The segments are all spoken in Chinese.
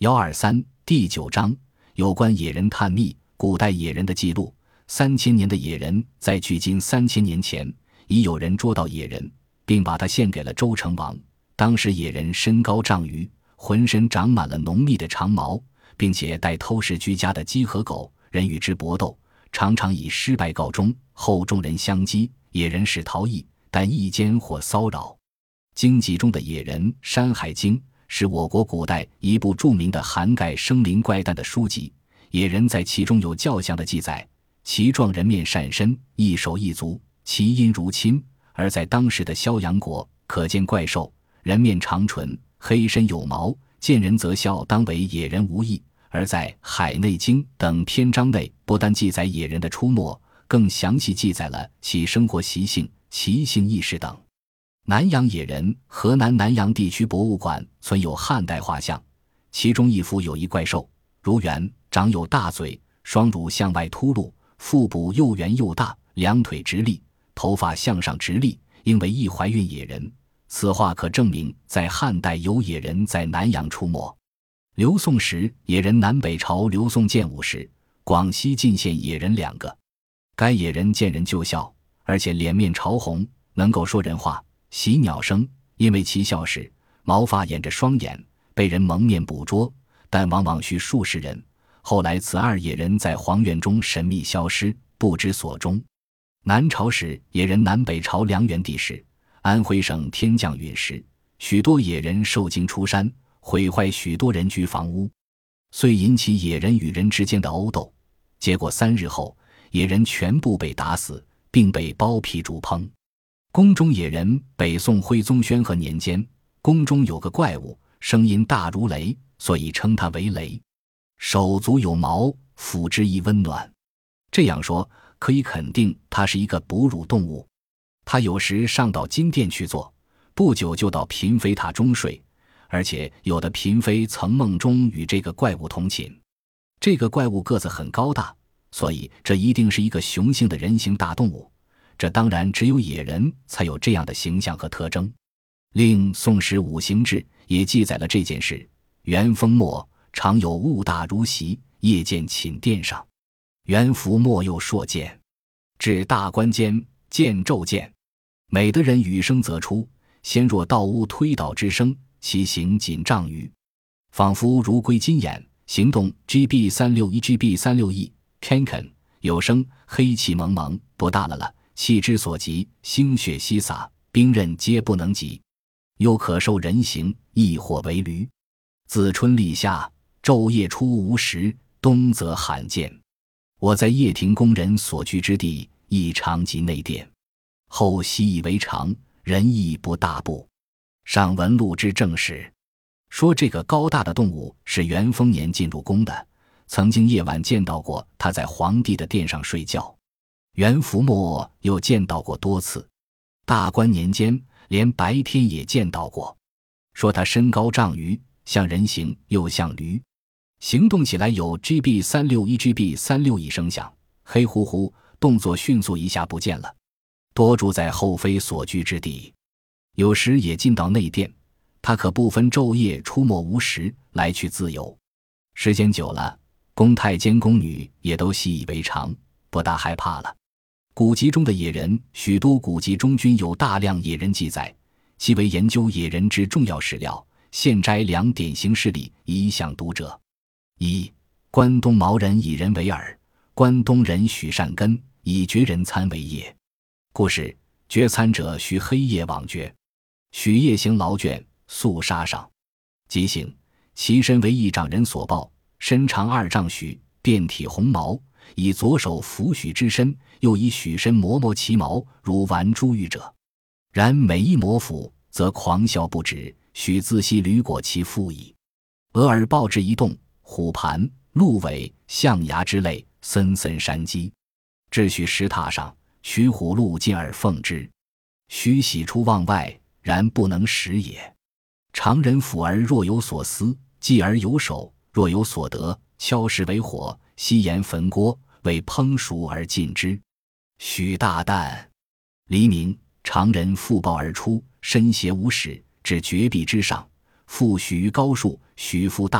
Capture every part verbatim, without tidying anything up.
一二三第九章有关野人探秘，古代野人的记录。三千年的野人，在距今三千年前，已有人捉到野人，并把他献给了周成王。当时野人身高丈余，浑身长满了浓密的长毛，并且带偷食居家的鸡和狗，人与之搏斗，常常以失败告终，后众人相击，野人使逃逸，但亦奸或骚扰。经籍中的野人《山海经》是我国古代一部著名的涵盖生灵怪诞的书籍，野人在其中有较详的记载，其状人面善身，一手一足，其音如亲。而在当时的萧阳国，可见怪兽，人面长唇，黑身有毛，见人则笑，当为野人无异。而在《海内经》等篇章内，不但记载野人的出没，更详细记载了其生活习性、其性意识等。南阳野人，河南南阳地区博物馆存有汉代画像，其中一幅有一怪兽，如猿，长有大嘴，双乳向外凸露，腹部又圆又大，两腿直立，头发向上直立，应为一怀孕野人。此画可证明在汉代有野人在南阳出没。刘宋时，野人南北朝刘宋建武时，广西进献野人两个。该野人见人就笑，而且脸面潮红，能够说人话，习鸟声。因为其笑时毛发掩着双眼，被人蒙面捕捉，但往往需数十人。后来此二野人在荒原中神秘消失，不知所终。南朝时，野人南北朝梁元帝时，安徽省天降陨石，许多野人受惊出山，毁坏许多人居房屋，遂引起野人与人之间的殴斗。结果三日后，野人全部被打死，并被剥皮煮烹。宫中野人，北宋徽宗宣和年间，宫中有个怪物，声音大如雷，所以称它为雷。手足有毛，抚之亦温暖。这样说，可以肯定它是一个哺乳动物。它有时上到金殿去坐，不久就到嫔妃榻中睡，而且有的嫔妃曾梦中与这个怪物同寝。这个怪物个子很高大，所以这一定是一个雄性的人形大动物。这当然只有野人才有这样的形象和特征。另《宋史五行志》也记载了这件事：元丰末，常有物大如席，夜见寝殿上。元福末又朔见，至大关间，见骤见。每得人语声则出，先若道屋推倒之声，其形仅丈余，仿佛如龟金眼，行动 G B 三六一 G B 三六一 Cancan 有声，黑气蒙蒙，不大了了，气之所及，腥血稀洒，兵刃皆不能及。又可受人形，亦或为驴。自春立夏，昼夜出无时，冬则罕见。我在掖庭宫人所居之地，亦常及内殿，后习以为常，人亦不大怖。上文录之正史，说这个高大的动物是元丰年进入宫的，曾经夜晚见到过他在皇帝的殿上睡觉。元福末又见到过多次，大观年间连白天也见到过。说他身高丈余，像人形又像驴，行动起来有 G B 三六一 G B 三六一 声响，黑乎乎，动作迅速一下不见了，多住在后妃所居之地，有时也进到内殿。他可不分昼夜，出没无时，来去自由。时间久了，宫太监宫女也都习以为常，不大害怕了。古籍中的野人，许多古籍中均有大量野人记载，其为研究野人之重要史料。现摘两典型事例以享读者。一、关东毛人以人为饵，关东人许善根以绝人参为业。故事：绝参者须黑夜往绝，许夜行劳倦，速杀上。即行，其身为一掌人所抱，身长二丈许，遍体红毛，以左手抚许之身，又以许身磨磨其毛，如玩珠玉者。然每一磨抚，则狂笑不止，许自惜履裹其腹矣。俄而抱之一动，虎盘、鹿尾、象牙之类，森森山鸡。至许石榻上，取虎鹿进而奉之。须喜出望外，然不能食也。常人抚而若有所思，继而有手，若有所得，敲石为火，吸盐焚锅，为烹熟而进之。许大啖。黎明，常人负抱而出，身携无矢，至绝壁之上，复许于高树，许负大害，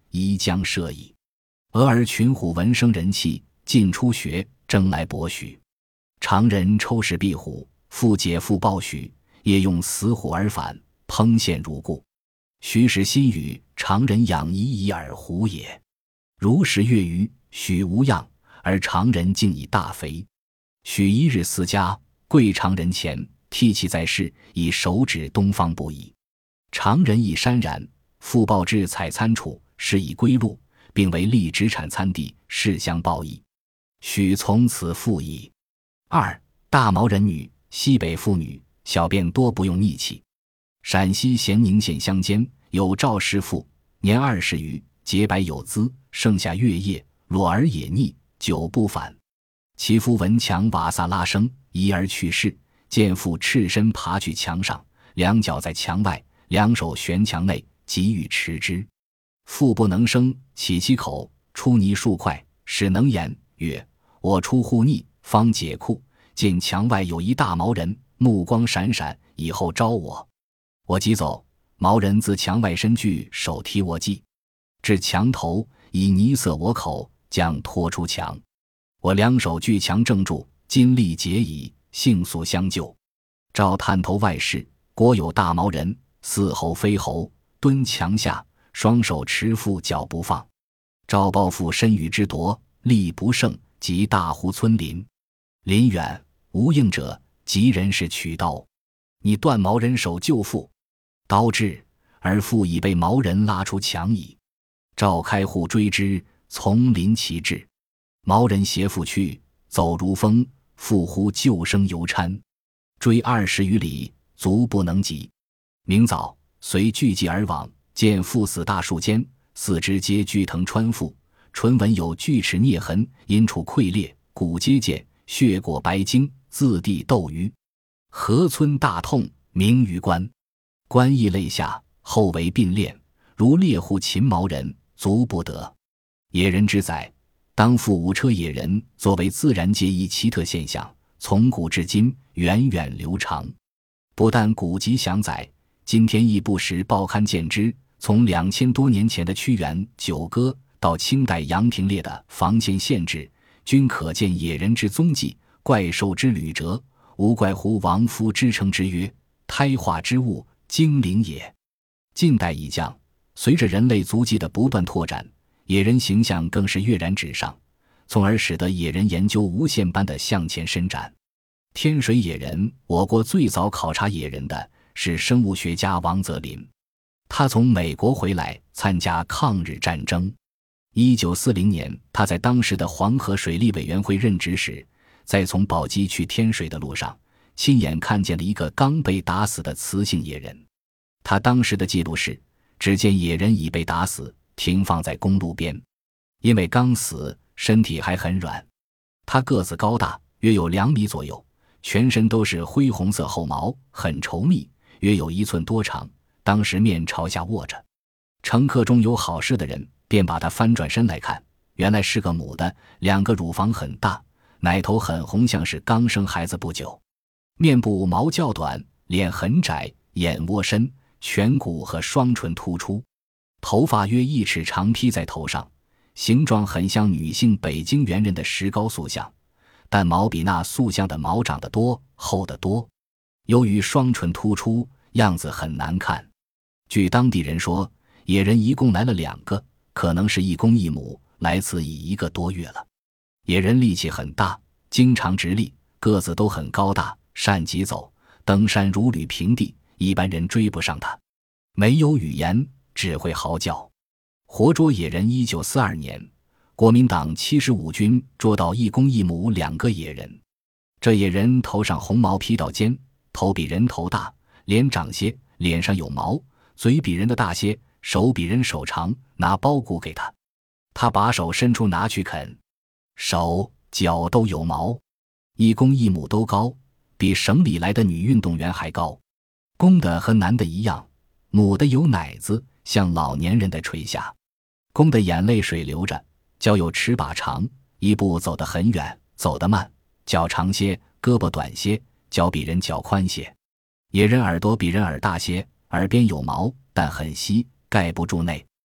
宜将射矣。俄而群虎闻声人气，尽出穴，争来搏许。常人抽食壁虎，复解复报许，夜用死虎而返，烹献如故。许使心语，常人养疑以耳虎也。如食月余，许无恙，而常人竟以大肥。许一日思家，跪常人前，涕泣在室，以手指东方不已。常人亦潸然，复报至采餐处，是以归路，并为立直产餐地，事相报矣。许从此复矣。二、大毛人女，西北妇女，小便多不用逆气。陕西咸宁县乡间有赵氏妇，年二十余，洁白有姿，盛夏月夜，裸而也逆，久不返。其夫闻墙瓦萨拉声，疑而去世，见妇赤身爬去墙上，两脚在墙外，两手悬墙内，急欲持之。妇不能生，起其口，出泥数块，使能言，曰：我出户逆，方解裤，见墙外有一大毛人，目光闪闪，以后招我。我急走，毛人自墙外伸具，手提我髻，至墙头，以泥塞我口，将拖出墙。我两手据墙正住，筋力竭矣，幸速相救。照探头外视，果有大毛人，似猴非猴，蹲墙下，双手持妇，脚不放。赵抱负身与之夺，力不胜，即大呼村邻。邻远无应者，即人士取刀，你断毛人手救妇。刀至，而妇已被毛人拉出墙矣。赵开户追之，从邻其至。毛人携妇去，走如风，妇呼救生犹搀，追二十余里，足不能及。明早，随聚集而往，见妇死大树间，四肢皆锯藤穿腹，唇纹有锯齿啮痕，阴处溃裂，骨皆见，血裹白巾，自地斗鱼。河村大痛，鸣于官。官亦泪下，后为并练，如猎户擒毛人，足不得。野人之载，当复五车野人作为自然界一奇特现象，从古至今源远流长。不但古籍详载，今天亦不时报刊见之。从两千多年前的屈原《九歌》到清代杨廷烈的《房县县志》，均可见野人之踪迹，怪兽之旅辙，无怪乎王夫之称之曰：胎化之物，精灵也。近代已降，随着人类足迹的不断拓展，野人形象更是跃然纸上，从而使得野人研究无限般的向前伸展。天水野人，我国最早考察野人的是生物学家王泽林，他从美国回来参加抗日战争。一九四零年，他在当时的黄河水利委员会任职时，在从宝鸡去天水的路上，亲眼看见了一个刚被打死的雌性野人。他当时的记录是，只见野人已被打死，停放在公路边，因为刚死，身体还很软。他个子高大，约有两米左右，全身都是灰红色厚毛，很稠密，约有一寸多长。当时面朝下卧着，乘客中有好事的人便把他翻转身来看，原来是个母的，两个乳房很大，奶头很红，像是刚生孩子不久。面部毛较短，脸很窄，眼窝深，颧骨和双唇突出，头发约一尺长披在头上，形状很像女性北京猿人的石膏塑像，但毛比那塑像的毛长得多，厚得多。由于双唇突出，样子很难看。据当地人说，野人一共来了两个，可能是一公一母，来此已一个多月了。野人力气很大，经常直立，个子都很高大，善疾走，登山如履平地，一般人追不上他。没有语言，只会嚎叫。活捉野人一九四二年，国民党七十五军捉到一公一母两个野人。这野人头上红毛披到肩，头比人头大，脸长些，脸上有毛，嘴比人的大些，手比人手长，拿包谷给他，他把手伸出拿去啃，手脚都有毛。一公一母都高，比省里来的女运动员还高。公的和男的一样，母的有奶子，像老年人的垂下。公的眼泪水流着，脚有尺把长，一步走得很远，走得慢，脚长些，胳膊短些，脚比人脚宽些。野人耳朵比人耳大些，耳边有毛，但很稀，盖不住内。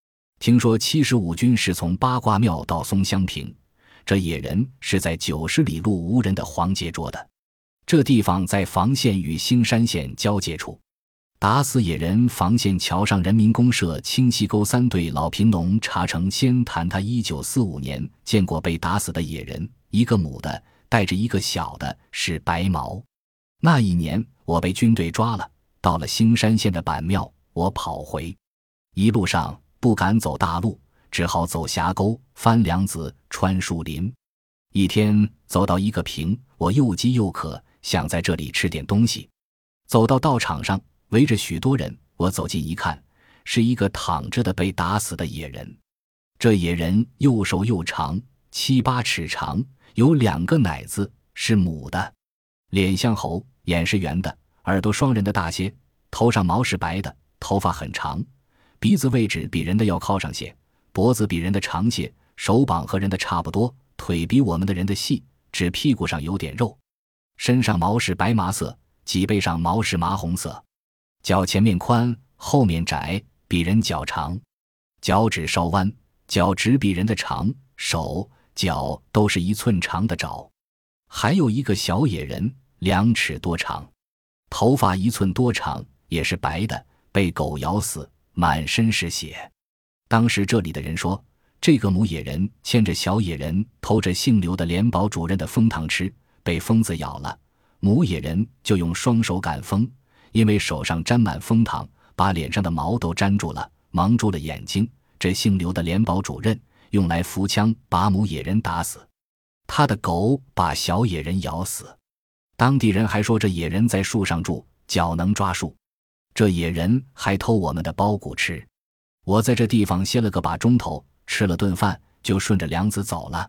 听说七十五军是从八卦庙到松香坪，这野人是在九十里路无人的黄碣捉的。这地方在房县与兴山县交界处。打死野人，房县桥上人民公社清溪沟三队老贫农查成先谈他一九四五年见过被打死的野人，一个母的带着一个小的，是白毛。那一年我被军队抓了，到了兴山县的板庙，我跑回，一路上不敢走大路，只好走峡沟，翻梁子，穿树林。一天走到一个坪，我又饥又渴，想在这里吃点东西。走到道场上，围着许多人，我走近一看，是一个躺着的被打死的野人。这野人又瘦又长，七八尺长，有两个奶子，是母的，脸像猴，眼是圆的，耳朵双人的大些，头上毛是白的，头发很长，鼻子位置比人的要靠上些，脖子比人的长些，手膀和人的差不多，腿比我们的人的细，只屁股上有点肉，身上毛是白麻色，脊背上毛是麻红色，脚前面宽，后面窄，比人脚长，脚趾稍弯，脚趾比人的长，手脚都是一寸长的爪。还有一个小野人，两尺多长，头发一寸多长，也是白的，被狗咬死，满身是血。当时这里的人说，这个母野人牵着小野人偷着姓刘的联保主任的蜂糖吃，被疯子咬了，母野人就用双手赶蜂，因为手上沾满蜂糖，把脸上的毛都粘住了，蒙住了眼睛。这姓刘的联保主任用来扶枪把母野人打死，他的狗把小野人咬死。当地人还说这野人在树上住，脚能抓树。这野人还偷我们的包谷吃。我在这地方歇了个把钟头，吃了顿饭，就顺着梁子走了。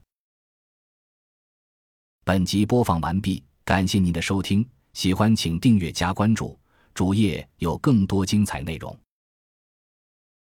本集播放完毕，感谢您的收听，喜欢请订阅加关注，主页有更多精彩内容。